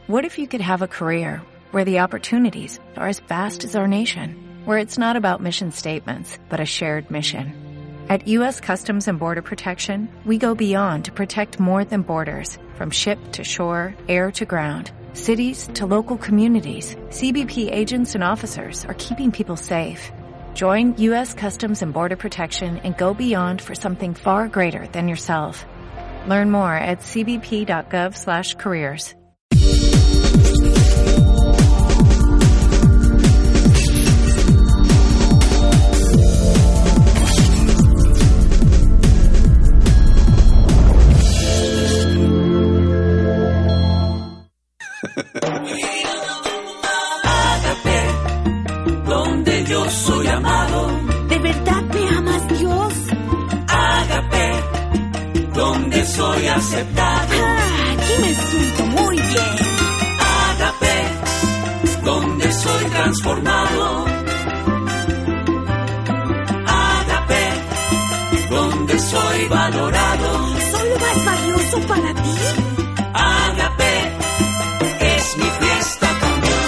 What if you could have a career where the opportunities are as vast as our nation, where it's not about mission statements, but a shared mission? At U.S. Customs and Border Protection, we go beyond to protect more than borders, from ship to shore, air to ground, cities to local communities. CBP agents and officers are keeping people safe. Join U.S. Customs and Border Protection and go beyond for something far greater than yourself. Learn more at cbp.gov/careers. Donde yo soy amado. ¿De verdad me amas, Dios? Ágape, donde soy aceptado. Aquí me siento muy bien. Ágape, donde soy transformado. Ágape, donde soy valorado. ¿Soy lo más valioso para ti? Ágape, es mi fiesta con Dios.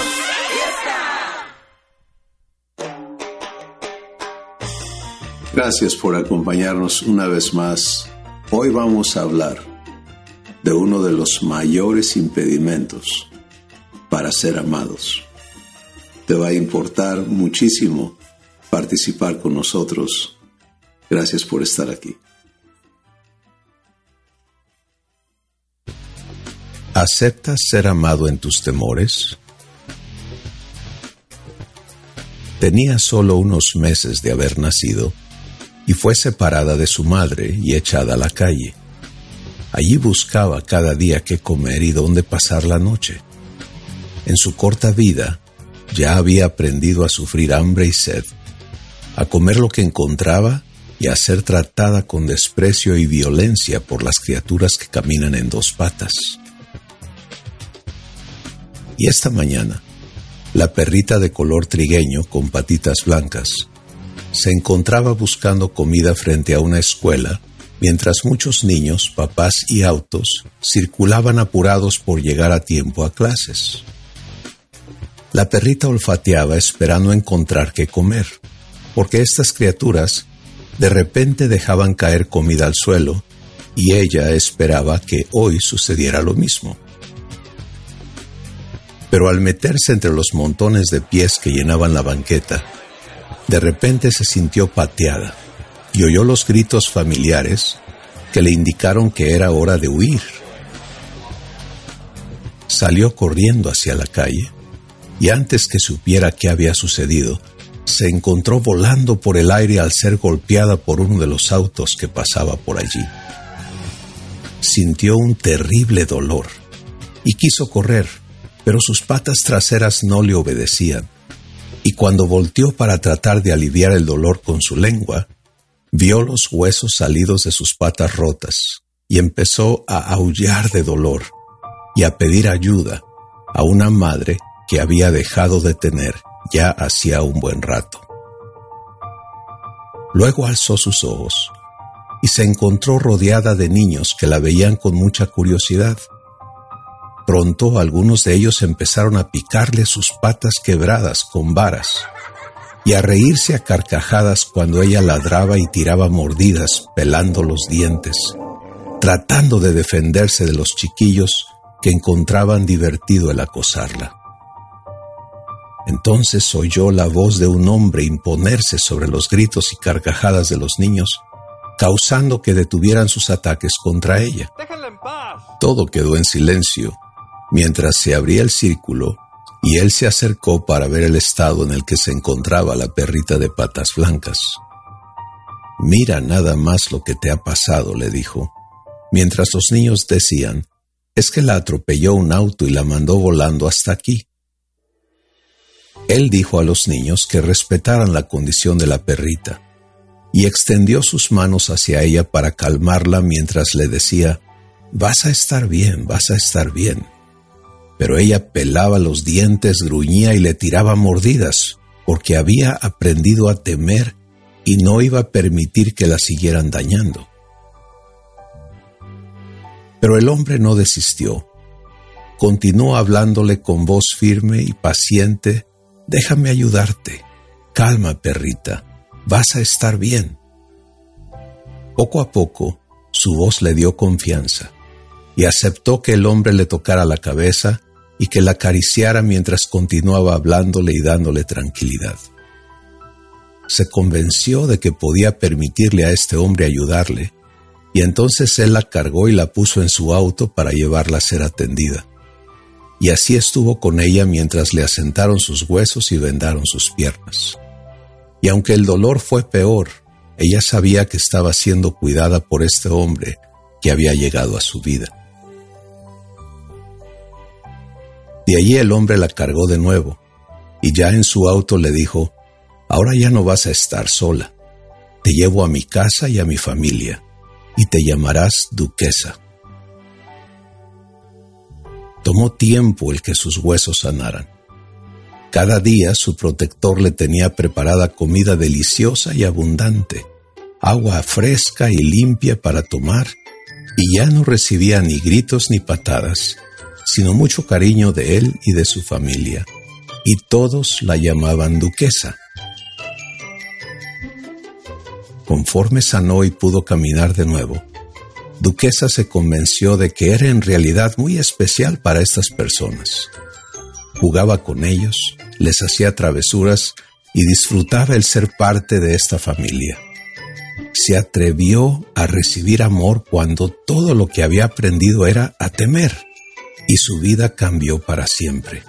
Gracias por acompañarnos una vez más. Hoy vamos a hablar de uno de los mayores impedimentos para ser amados. Te va a importar muchísimo participar con nosotros. Gracias por estar aquí. ¿Aceptas ser amado en tus temores? Tenía solo unos meses de haber nacido y fue separada de su madre y echada a la calle. Allí buscaba cada día qué comer y dónde pasar la noche. En su corta vida ya había aprendido a sufrir hambre y sed, a comer lo que encontraba y a ser tratada con desprecio y violencia por las criaturas que caminan en dos patas. Y esta mañana, la perrita de color trigueño con patitas blancas se encontraba buscando comida frente a una escuela, mientras muchos niños, papás y autos circulaban apurados por llegar a tiempo a clases. La perrita olfateaba esperando encontrar qué comer, porque estas criaturas de repente dejaban caer comida al suelo y ella esperaba que hoy sucediera lo mismo. Pero al meterse entre los montones de pies que llenaban la banqueta, de repente se sintió pateada y oyó los gritos familiares que le indicaron que era hora de huir. Salió corriendo hacia la calle y antes que supiera qué había sucedido, se encontró volando por el aire al ser golpeada por uno de los autos que pasaba por allí. Sintió un terrible dolor y quiso correr, pero sus patas traseras no le obedecían, y cuando volteó para tratar de aliviar el dolor con su lengua, vio los huesos salidos de sus patas rotas y empezó a aullar de dolor y a pedir ayuda a una madre que había dejado de tener ya hacía un buen rato. Luego alzó sus ojos y se encontró rodeada de niños que la veían con mucha curiosidad. Pronto algunos de ellos empezaron a picarle sus patas quebradas con varas y a reírse a carcajadas cuando ella ladraba y tiraba mordidas pelando los dientes, tratando de defenderse de los chiquillos que encontraban divertido el acosarla. Entonces oyó la voz de un hombre imponerse sobre los gritos y carcajadas de los niños, causando que detuvieran sus ataques contra ella. ¡Déjenla en paz! Todo quedó en silencio mientras se abría el círculo y él se acercó para ver el estado en el que se encontraba la perrita de patas blancas. «Mira nada más lo que te ha pasado», le dijo, mientras los niños decían, «es que la atropelló un auto y la mandó volando hasta aquí». Él dijo a los niños que respetaran la condición de la perrita y extendió sus manos hacia ella para calmarla mientras le decía, «Vas a estar bien, vas a estar bien». Pero ella pelaba los dientes, gruñía y le tiraba mordidas, porque había aprendido a temer y no iba a permitir que la siguieran dañando. Pero el hombre no desistió. continuó hablándole con voz firme y paciente: «Déjame ayudarte. Calma, perrita. Vas a estar bien». Poco a poco, su voz le dio confianza y aceptó que el hombre le tocara la cabeza y que la acariciara mientras continuaba hablándole y dándole tranquilidad. Se convenció de que podía permitirle a este hombre ayudarle, y entonces él la cargó y la puso en su auto para llevarla a ser atendida. Y así estuvo con ella mientras le asentaron sus huesos y vendaron sus piernas. Y aunque el dolor fue peor, ella sabía que estaba siendo cuidada por este hombre que había llegado a su vida. De allí el hombre la cargó de nuevo, y ya en su auto le dijo: «Ahora ya no vas a estar sola. Te llevo a mi casa y a mi familia, y te llamarás duquesa». Tomó tiempo el que sus huesos sanaran. Cada día su protector le tenía preparada comida deliciosa y abundante, agua fresca y limpia para tomar, y ya no recibía ni gritos ni patadas, sino mucho cariño de él y de su familia, y todos la llamaban duquesa. Conforme sanó y pudo caminar de nuevo, Duquesa se convenció de que era en realidad muy especial para estas personas. Jugaba con ellos, les hacía travesuras y disfrutaba el ser parte de esta familia. Se atrevió a recibir amor cuando todo lo que había aprendido era a temer, y su vida cambió para siempre.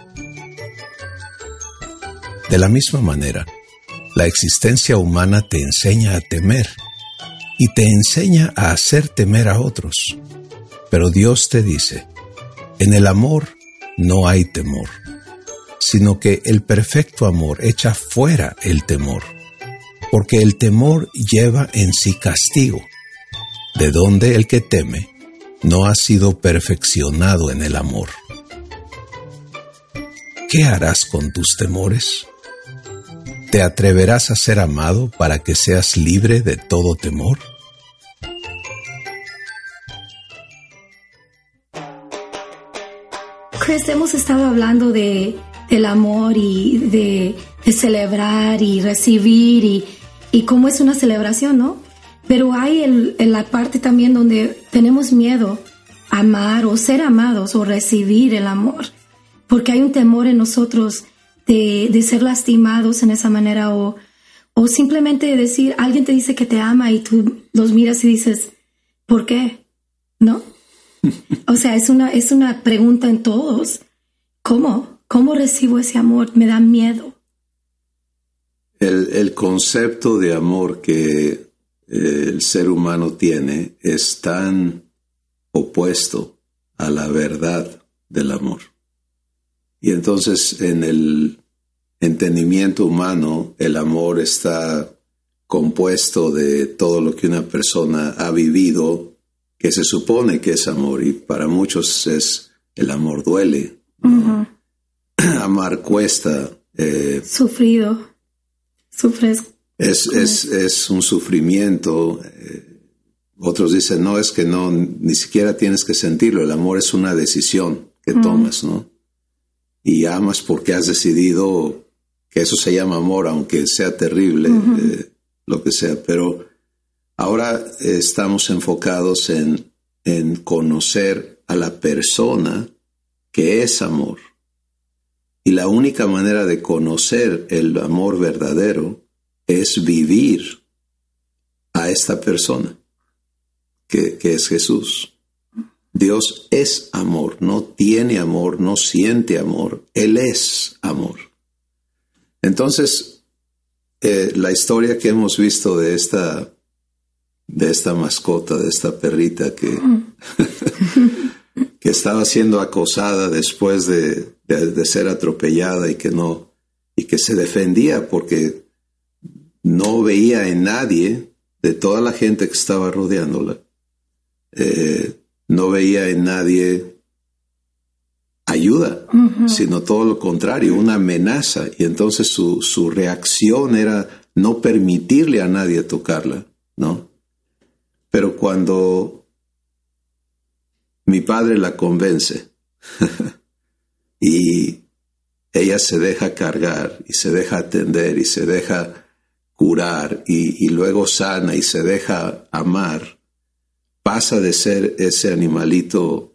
De la misma manera, la existencia humana te enseña a temer y te enseña a hacer temer a otros. Pero Dios te dice: en el amor no hay temor, sino que el perfecto amor echa fuera el temor, porque el temor lleva en sí castigo, de donde el que teme no ha sido perfeccionado en el amor. ¿Qué harás con tus temores? ¿Te atreverás a ser amado para que seas libre de todo temor? Chris, hemos estado hablando del amor y de celebrar y recibir y cómo es una celebración, ¿no? Pero hay en la parte también donde tenemos miedo a amar o ser amados o recibir el amor, porque hay un temor en nosotros de ser lastimados en esa manera o simplemente decir, alguien te dice que te ama y tú los miras y dices, ¿por qué? ¿No? O sea, es una pregunta en todos. ¿Cómo recibo ese amor? Me da miedo. El concepto de amor que el ser humano tiene es tan opuesto a la verdad del amor. Y entonces en el entendimiento humano, el amor está compuesto de todo lo que una persona ha vivido, que se supone que es amor, y para muchos el amor duele. Uh-huh. Amar cuesta. Sufres. Es un sufrimiento. Otros dicen, no, es que no, ni siquiera tienes que sentirlo. El amor es una decisión que tomas, ¿no? Y amas porque has decidido que eso se llama amor, aunque sea terrible, lo que sea. Pero ahora estamos enfocados en conocer a la persona que es amor. Y la única manera de conocer el amor verdadero es vivir a esta persona, que es Jesús. Dios es amor, no tiene amor, no siente amor, Él es amor. Entonces, la historia que hemos visto de esta mascota, de esta perrita que estaba siendo acosada después de ser atropellada y que se defendía porque no veía en nadie de toda la gente que estaba rodeándola. No veía en nadie ayuda, sino todo lo contrario, una amenaza. Y entonces su reacción era no permitirle a nadie tocarla, ¿no? Pero cuando mi padre la convence y ella se deja cargar y se deja atender y se deja curar y luego sana y se deja amar, pasa de ser ese animalito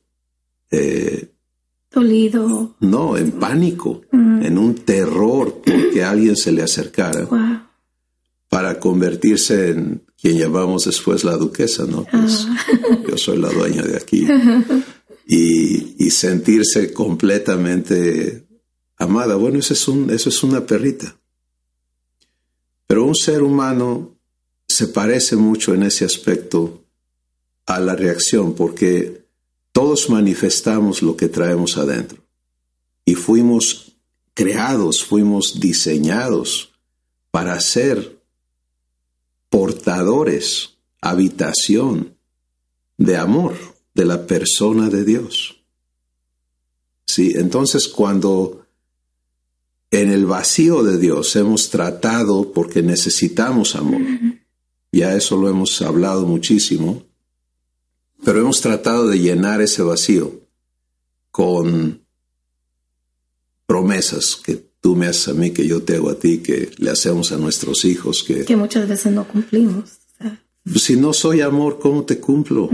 dolido. No, en pánico, en un terror porque alguien se le acercara, Wow. para convertirse en quien llamamos después la duquesa, ¿no? Pues, yo soy la dueña de aquí. Y sentirse completamente amada. Bueno, eso es una perrita. Pero un ser humano se parece mucho en ese aspecto a la reacción, porque todos manifestamos lo que traemos adentro. Y fuimos creados, fuimos diseñados para ser portadores, habitación de amor de la persona de Dios. Sí, entonces cuando en el vacío de Dios hemos tratado, porque necesitamos amor, ya eso lo hemos hablado muchísimo, pero hemos tratado de llenar ese vacío con promesas que tú me haces a mí, que yo te hago a ti, que le hacemos a nuestros hijos. Que muchas veces no cumplimos. O sea. Si no soy amor, ¿cómo te cumplo?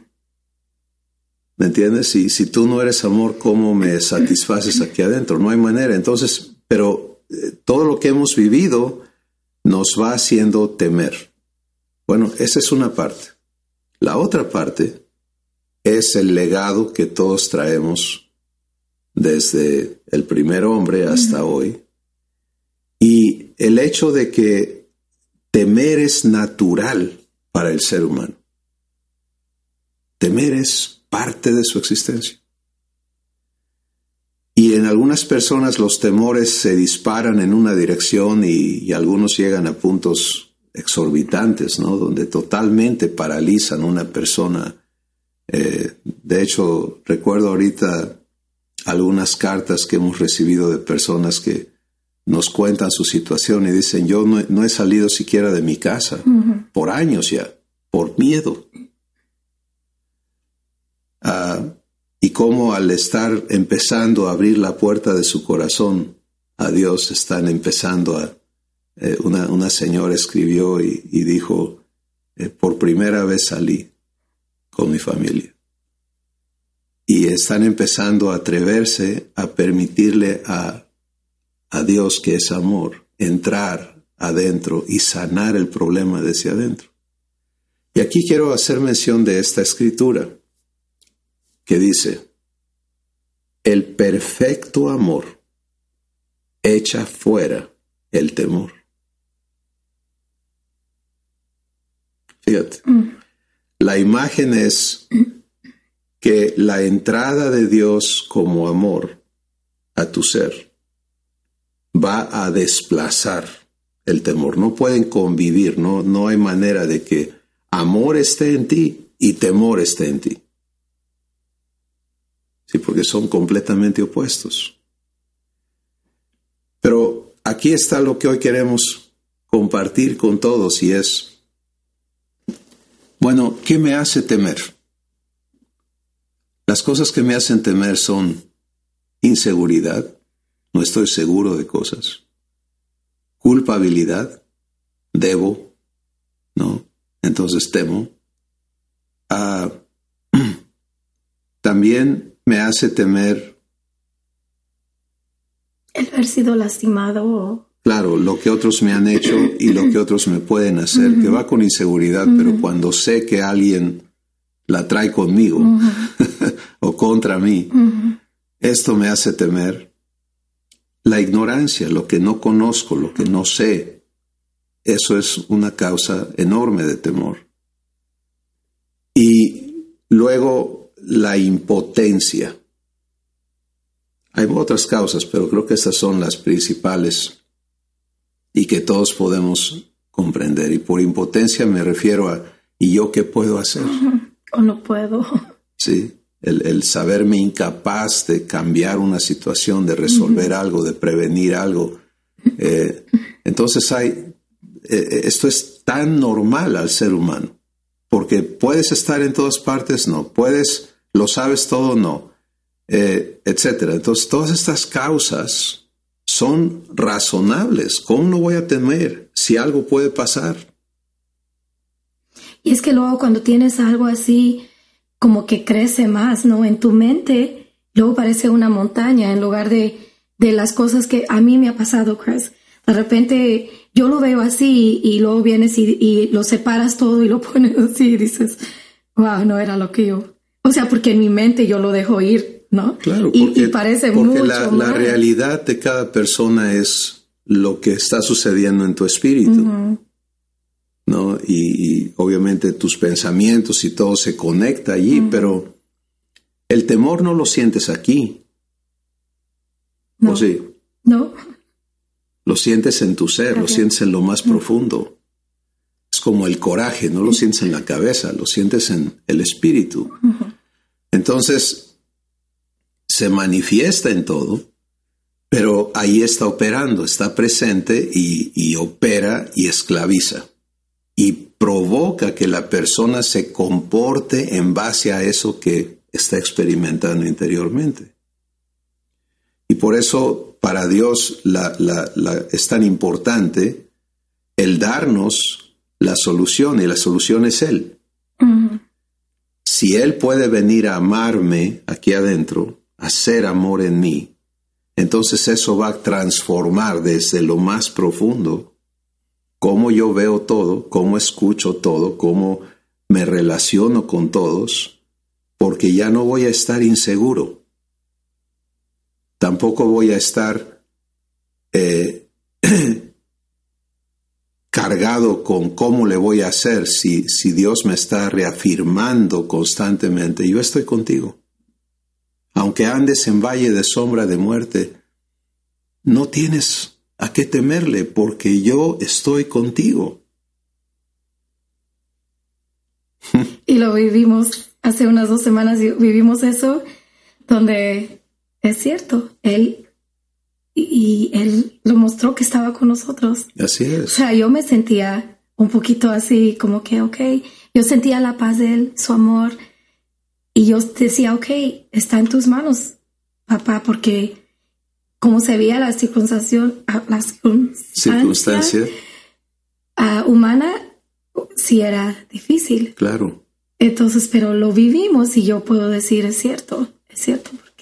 ¿Me entiendes? Si tú no eres amor, ¿cómo me satisfaces aquí adentro? No hay manera. Entonces, pero todo lo que hemos vivido nos va haciendo temer. Bueno, esa es una parte. La otra parte es el legado que todos traemos desde el primer hombre hasta hoy. Y el hecho de que temer es natural para el ser humano. Temer es parte de su existencia. Y en algunas personas los temores se disparan en una dirección y algunos llegan a puntos exorbitantes, ¿no? Donde totalmente paralizan a una persona. De hecho, recuerdo ahorita algunas cartas que hemos recibido de personas que nos cuentan su situación y dicen, yo no he salido siquiera de mi casa por años ya, por miedo. Y cómo al estar empezando a abrir la puerta de su corazón a Dios, están empezando a... Una señora escribió y dijo, por primera vez salí con mi familia. Y están empezando a atreverse a permitirle a Dios, que es amor, entrar adentro y sanar el problema desde adentro. Y aquí quiero hacer mención de esta escritura que dice, el perfecto amor echa fuera el temor. Fíjate, la imagen es que la entrada de Dios como amor a tu ser va a desplazar el temor. No pueden convivir, no hay manera de que amor esté en ti y temor esté en ti. Sí, porque son completamente opuestos. Pero aquí está lo que hoy queremos compartir con todos y es, bueno, ¿qué me hace temer? Las cosas que me hacen temer son inseguridad, no estoy seguro de cosas, culpabilidad, debo, ¿no? Entonces temo. También me hace temer el haber sido lastimado. Claro, lo que otros me han hecho y lo que otros me pueden hacer, que va con inseguridad, pero cuando sé que alguien la trae conmigo o contra mí, esto me hace temer. La ignorancia, lo que no conozco, lo que no sé, eso es una causa enorme de temor. Y luego la impotencia. Hay otras causas, pero creo que estas son las principales y que todos podemos comprender. Y por impotencia me refiero a, ¿y yo qué puedo hacer? O no puedo. Sí, el saberme incapaz de cambiar una situación, de resolver algo, de prevenir algo. Entonces esto es tan normal al ser humano, porque puedes estar en todas partes, no. Lo sabes todo, no. etc. Entonces, todas estas causas son razonables. ¿Cómo no voy a temer si algo puede pasar? Y es que luego cuando tienes algo así, como que crece más, ¿no? En tu mente, luego parece una montaña en lugar de las cosas que a mí me ha pasado, Chris. De repente yo lo veo así y luego vienes y lo separas todo y lo pones así y dices, wow, no era lo que yo... O sea, porque en mi mente yo lo dejo ir, ¿no? Claro, y parece porque mucho la más. realidad de cada persona es lo que está sucediendo en tu espíritu, ¿no? Y obviamente tus pensamientos y todo se conecta allí, pero el temor no lo sientes aquí. No. ¿O sí? No. Lo sientes en tu ser, lo sientes en lo más profundo. Es como el coraje, no lo sientes en la cabeza, lo sientes en el espíritu. Entonces, se manifiesta en todo, pero ahí está operando, está presente y opera y esclaviza. Y provoca que la persona se comporte en base a eso que está experimentando interiormente. Y por eso, para Dios, es tan importante el darnos la solución, y la solución es Él. Si Él puede venir a amarme aquí adentro, a hacer amor en mí, entonces eso va a transformar desde lo más profundo cómo yo veo todo, cómo escucho todo, cómo me relaciono con todos, porque ya no voy a estar inseguro. Tampoco voy a estar cargado con cómo le voy a hacer si Dios me está reafirmando constantemente. Yo estoy contigo. Aunque andes en valle de sombra de muerte, no tienes a qué temerle porque yo estoy contigo. Y lo vivimos hace unas 2 semanas, vivimos eso, donde es cierto, Él lo mostró que estaba con nosotros. Así es. O sea, yo me sentía un poquito así, como que, yo sentía la paz de Él, su amor, y yo decía, está en tus manos, papá, porque como se veía la circunstancia humana, sí era difícil. Claro. Entonces, pero lo vivimos y yo puedo decir, es cierto, porque...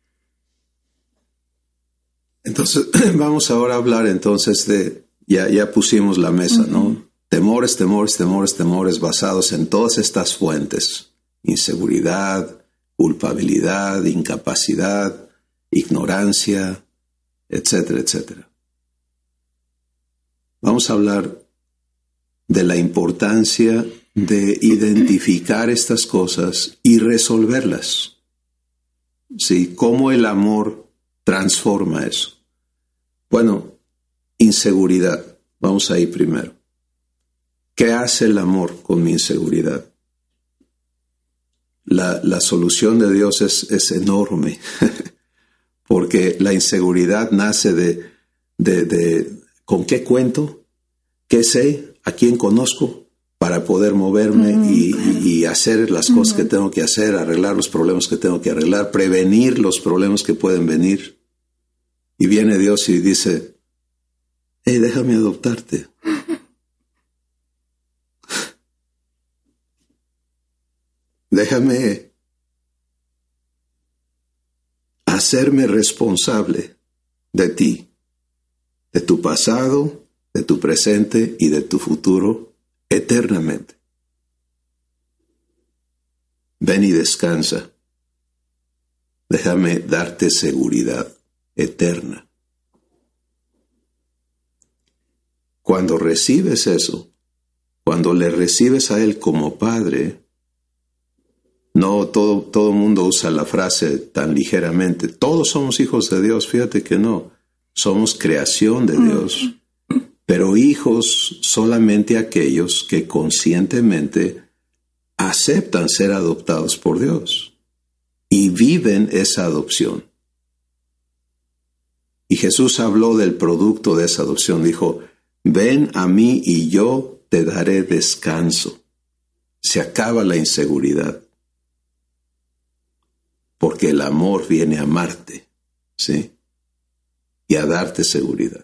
Entonces, vamos ahora a hablar entonces de, ya pusimos la mesa, ¿no? Temores basados en todas estas fuentes. Inseguridad, culpabilidad, incapacidad, ignorancia, etcétera, etcétera. Vamos a hablar de la importancia de identificar estas cosas y resolverlas. ¿Sí? ¿Cómo el amor transforma eso? Bueno, inseguridad. Vamos ahí primero. ¿Qué hace el amor con mi inseguridad? La solución de Dios es enorme, porque la inseguridad nace de ¿con qué cuento? ¿Qué sé? ¿A quién conozco? Para poder moverme y hacer las cosas que tengo que hacer, arreglar los problemas que tengo que arreglar, prevenir los problemas que pueden venir. Y viene Dios y dice, hey, déjame adoptarte. Déjame hacerme responsable de ti, de tu pasado, de tu presente y de tu futuro eternamente. Ven y descansa. Déjame darte seguridad eterna. Cuando recibes eso, cuando le recibes a Él como Padre, no todo el mundo usa la frase tan ligeramente. Todos somos hijos de Dios. Fíjate que no. Somos creación de Dios. Pero hijos solamente aquellos que conscientemente aceptan ser adoptados por Dios y viven esa adopción. Y Jesús habló del producto de esa adopción. Dijo, ven a mí y yo te daré descanso. Se acaba la inseguridad. porque el amor viene a amarte, ¿sí? Y a darte seguridad.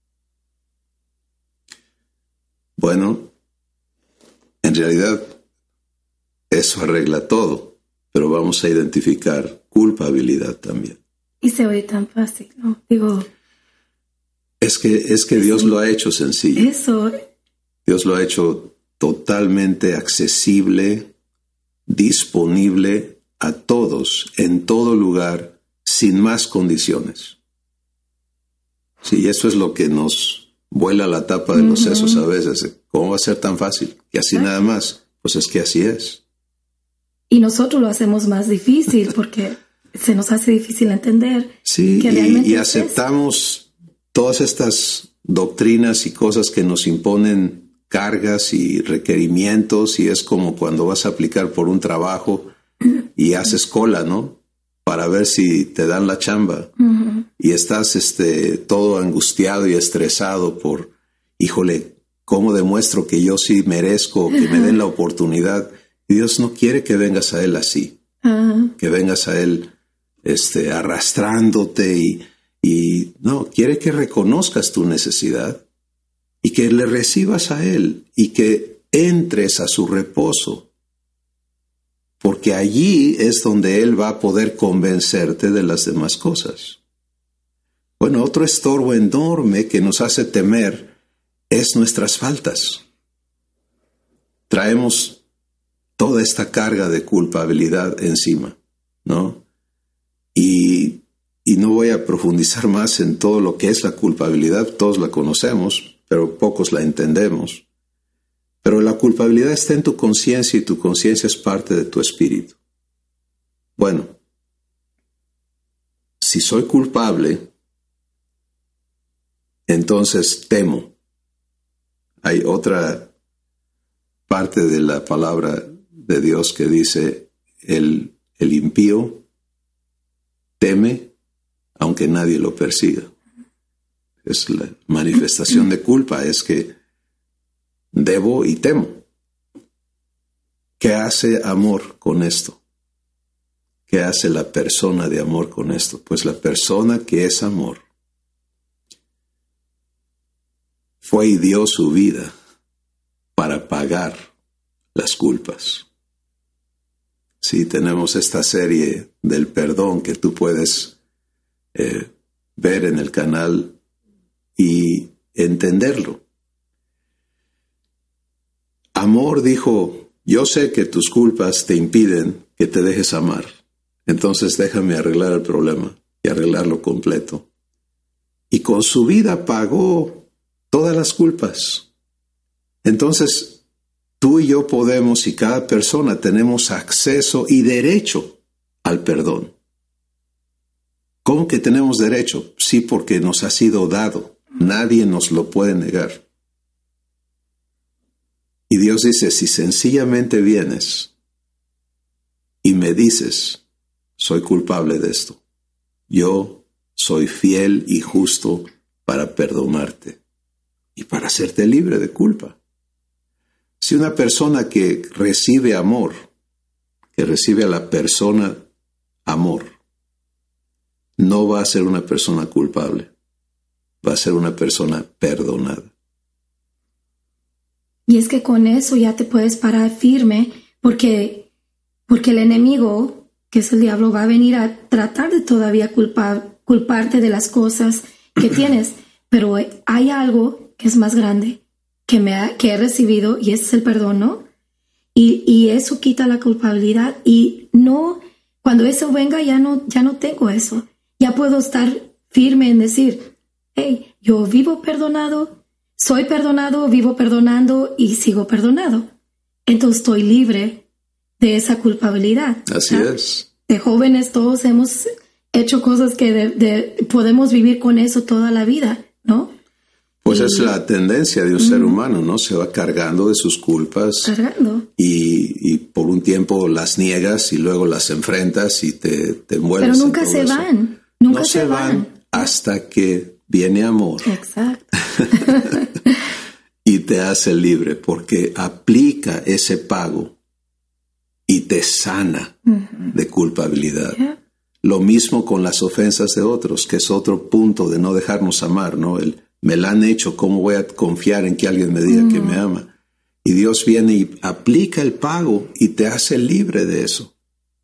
Bueno, en realidad eso arregla todo, pero vamos a identificar culpabilidad también. Y se oye tan fácil, ¿no? Digo... Es que Dios lo ha hecho sencillo. Eso... Dios lo ha hecho totalmente accesible, disponible a todos, en todo lugar, sin más condiciones. Sí, eso es lo que nos vuela la tapa de los sesos a veces. ¿Cómo va a ser tan fácil? Y así nada más. Pues es que así es. Y nosotros lo hacemos más difícil porque se nos hace difícil entender. Sí, que realmente y aceptamos todas estas doctrinas y cosas que nos imponen cargas y requerimientos, y es como cuando vas a aplicar por un trabajo y haces cola, ¿no? Para ver si te dan la chamba. Y estás todo angustiado y estresado por, híjole, ¿cómo demuestro que yo sí merezco que me den la oportunidad? Y Dios no quiere que vengas a Él así, que vengas a Él arrastrándote y no, quiere que reconozcas tu necesidad y que le recibas a Él y que entres a su reposo, porque allí es donde Él va a poder convencerte de las demás cosas. Bueno, otro estorbo enorme que nos hace temer es nuestras faltas. Traemos toda esta carga de culpabilidad encima, ¿no? Y no voy a profundizar más en todo lo que es la culpabilidad, todos la conocemos, pero pocos la entendemos. Pero la culpabilidad está en tu conciencia y tu conciencia es parte de tu espíritu. Bueno, si soy culpable, entonces temo. Hay otra parte de la palabra de Dios que dice, el impío teme aunque nadie lo persiga. Es la manifestación de culpa, es que debo y temo. ¿Qué hace amor con esto? ¿Qué hace la persona de amor con esto? Pues la persona que es amor fue y dio su vida para pagar las culpas. Sí, tenemos esta serie del perdón que tú puedes ver en el canal y entenderlo. Amor dijo, yo sé que tus culpas te impiden que te dejes amar, entonces déjame arreglar el problema y arreglarlo completo. Y con su vida pagó todas las culpas. Entonces, tú y yo podemos, y cada persona tenemos acceso y derecho al perdón. ¿Cómo que tenemos derecho? Sí, porque nos ha sido dado. Nadie nos lo puede negar. Y Dios dice, si sencillamente vienes y me dices, soy culpable de esto, yo soy fiel y justo para perdonarte y para hacerte libre de culpa. Si una persona que recibe amor, que recibe a la persona amor, no va a ser una persona culpable, va a ser una persona perdonada. Y es que con eso ya te puedes parar firme, porque el enemigo, que es el diablo, va a venir a tratar de todavía culparte de las cosas que tienes. Pero hay algo que es más grande que he recibido, y ese es el perdón, ¿no? Y eso quita la culpabilidad. Y no, cuando eso venga ya no tengo eso. Ya puedo estar firme en decir, hey, yo vivo perdonado, soy perdonado, vivo perdonando y sigo perdonado. Entonces estoy libre de esa culpabilidad. Así es. De jóvenes todos hemos hecho cosas que podemos vivir con eso toda la vida, ¿no? Pues es la tendencia de un ser humano, ¿no? Se va cargando de sus culpas. Cargando. Y por un tiempo las niegas y luego las enfrentas y te envuelves. Pero nunca se van. Nunca no se van hasta que viene amor. Exacto. Y te hace libre porque aplica ese pago y te sana de culpabilidad. Lo mismo con las ofensas de otros, que es otro punto de no dejarnos amar, ¿no? Me la han hecho, ¿cómo voy a confiar en que alguien me diga que me ama? Y Dios viene y aplica el pago y te hace libre de eso.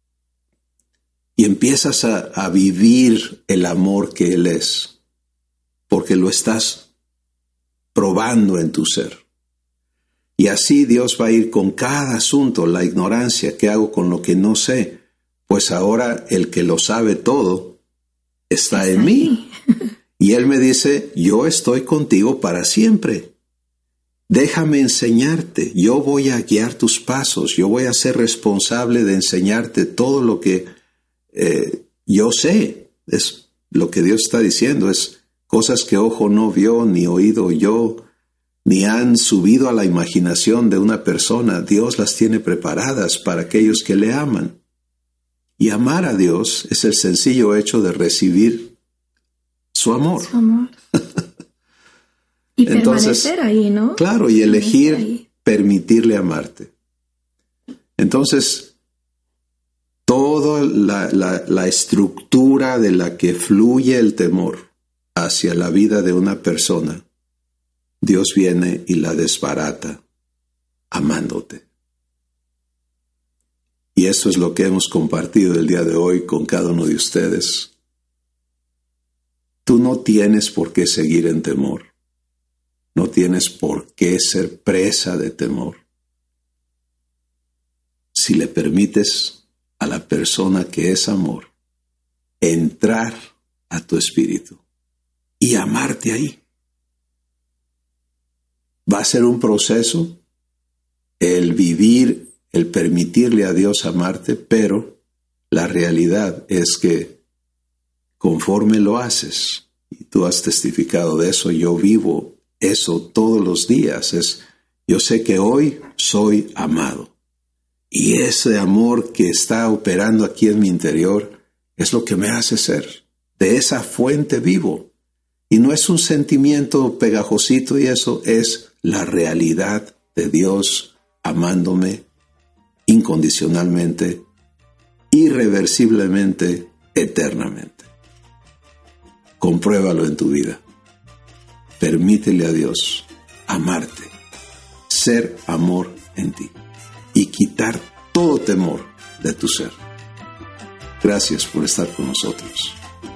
Y empiezas a vivir el amor que Él es, porque lo estás probando en tu ser. Y así Dios va a ir con cada asunto, la ignorancia que hago con lo que no sé, pues ahora el que lo sabe todo está en mí. Y Él me dice, yo estoy contigo para siempre. Déjame enseñarte, yo voy a guiar tus pasos, yo voy a ser responsable de enseñarte todo lo que yo sé. Es lo que Dios está diciendo, es cosas que ojo no vio, ni oído oyó, ni han subido a la imaginación de una persona. Dios las tiene preparadas para aquellos que le aman. Y amar a Dios es el sencillo hecho de recibir su amor. Su amor. Y entonces, permanecer ahí, ¿no? Claro, y elegir permitirle amarte. Entonces, toda la estructura de la que fluye el temor hacia la vida de una persona, Dios viene y la desbarata amándote. Y eso es lo que hemos compartido el día de hoy con cada uno de ustedes. Tú no tienes por qué seguir en temor. No tienes por qué ser presa de temor. Si le permites a la persona que es amor entrar a tu espíritu y amarte ahí. Va a ser un proceso el vivir, el permitirle a Dios amarte, pero la realidad es que conforme lo haces, y tú has testificado de eso, yo vivo eso todos los días, yo sé que hoy soy amado. Y ese amor que está operando aquí en mi interior es lo que me hace ser. De esa fuente vivo. Y no es un sentimiento pegajosito y eso es la realidad de Dios amándome incondicionalmente, irreversiblemente, eternamente. Compruébalo en tu vida. Permítele a Dios amarte, ser amor en ti y quitar todo temor de tu ser. Gracias por estar con nosotros.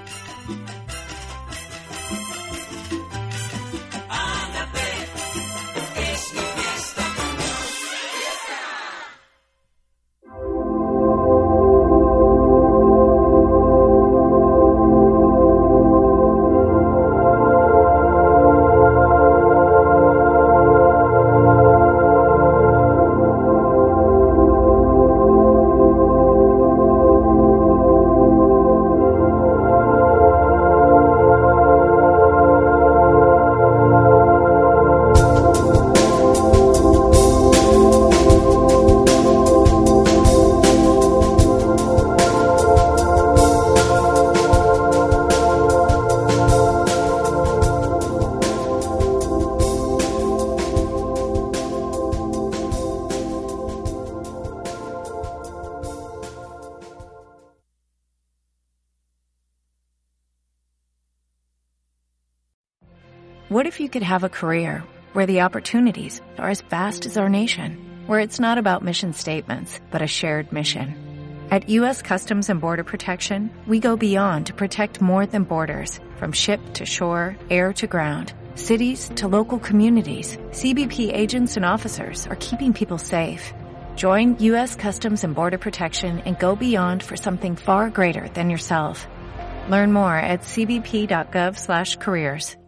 What if you could have a career where the opportunities are as vast as our nation, where it's not about mission statements, but a shared mission? At U.S. Customs and Border Protection, we go beyond to protect more than borders. From ship to shore, air to ground, cities to local communities, CBP agents and officers are keeping people safe. Join U.S. Customs and Border Protection and go beyond for something far greater than yourself. Learn more at cbp.gov/careers.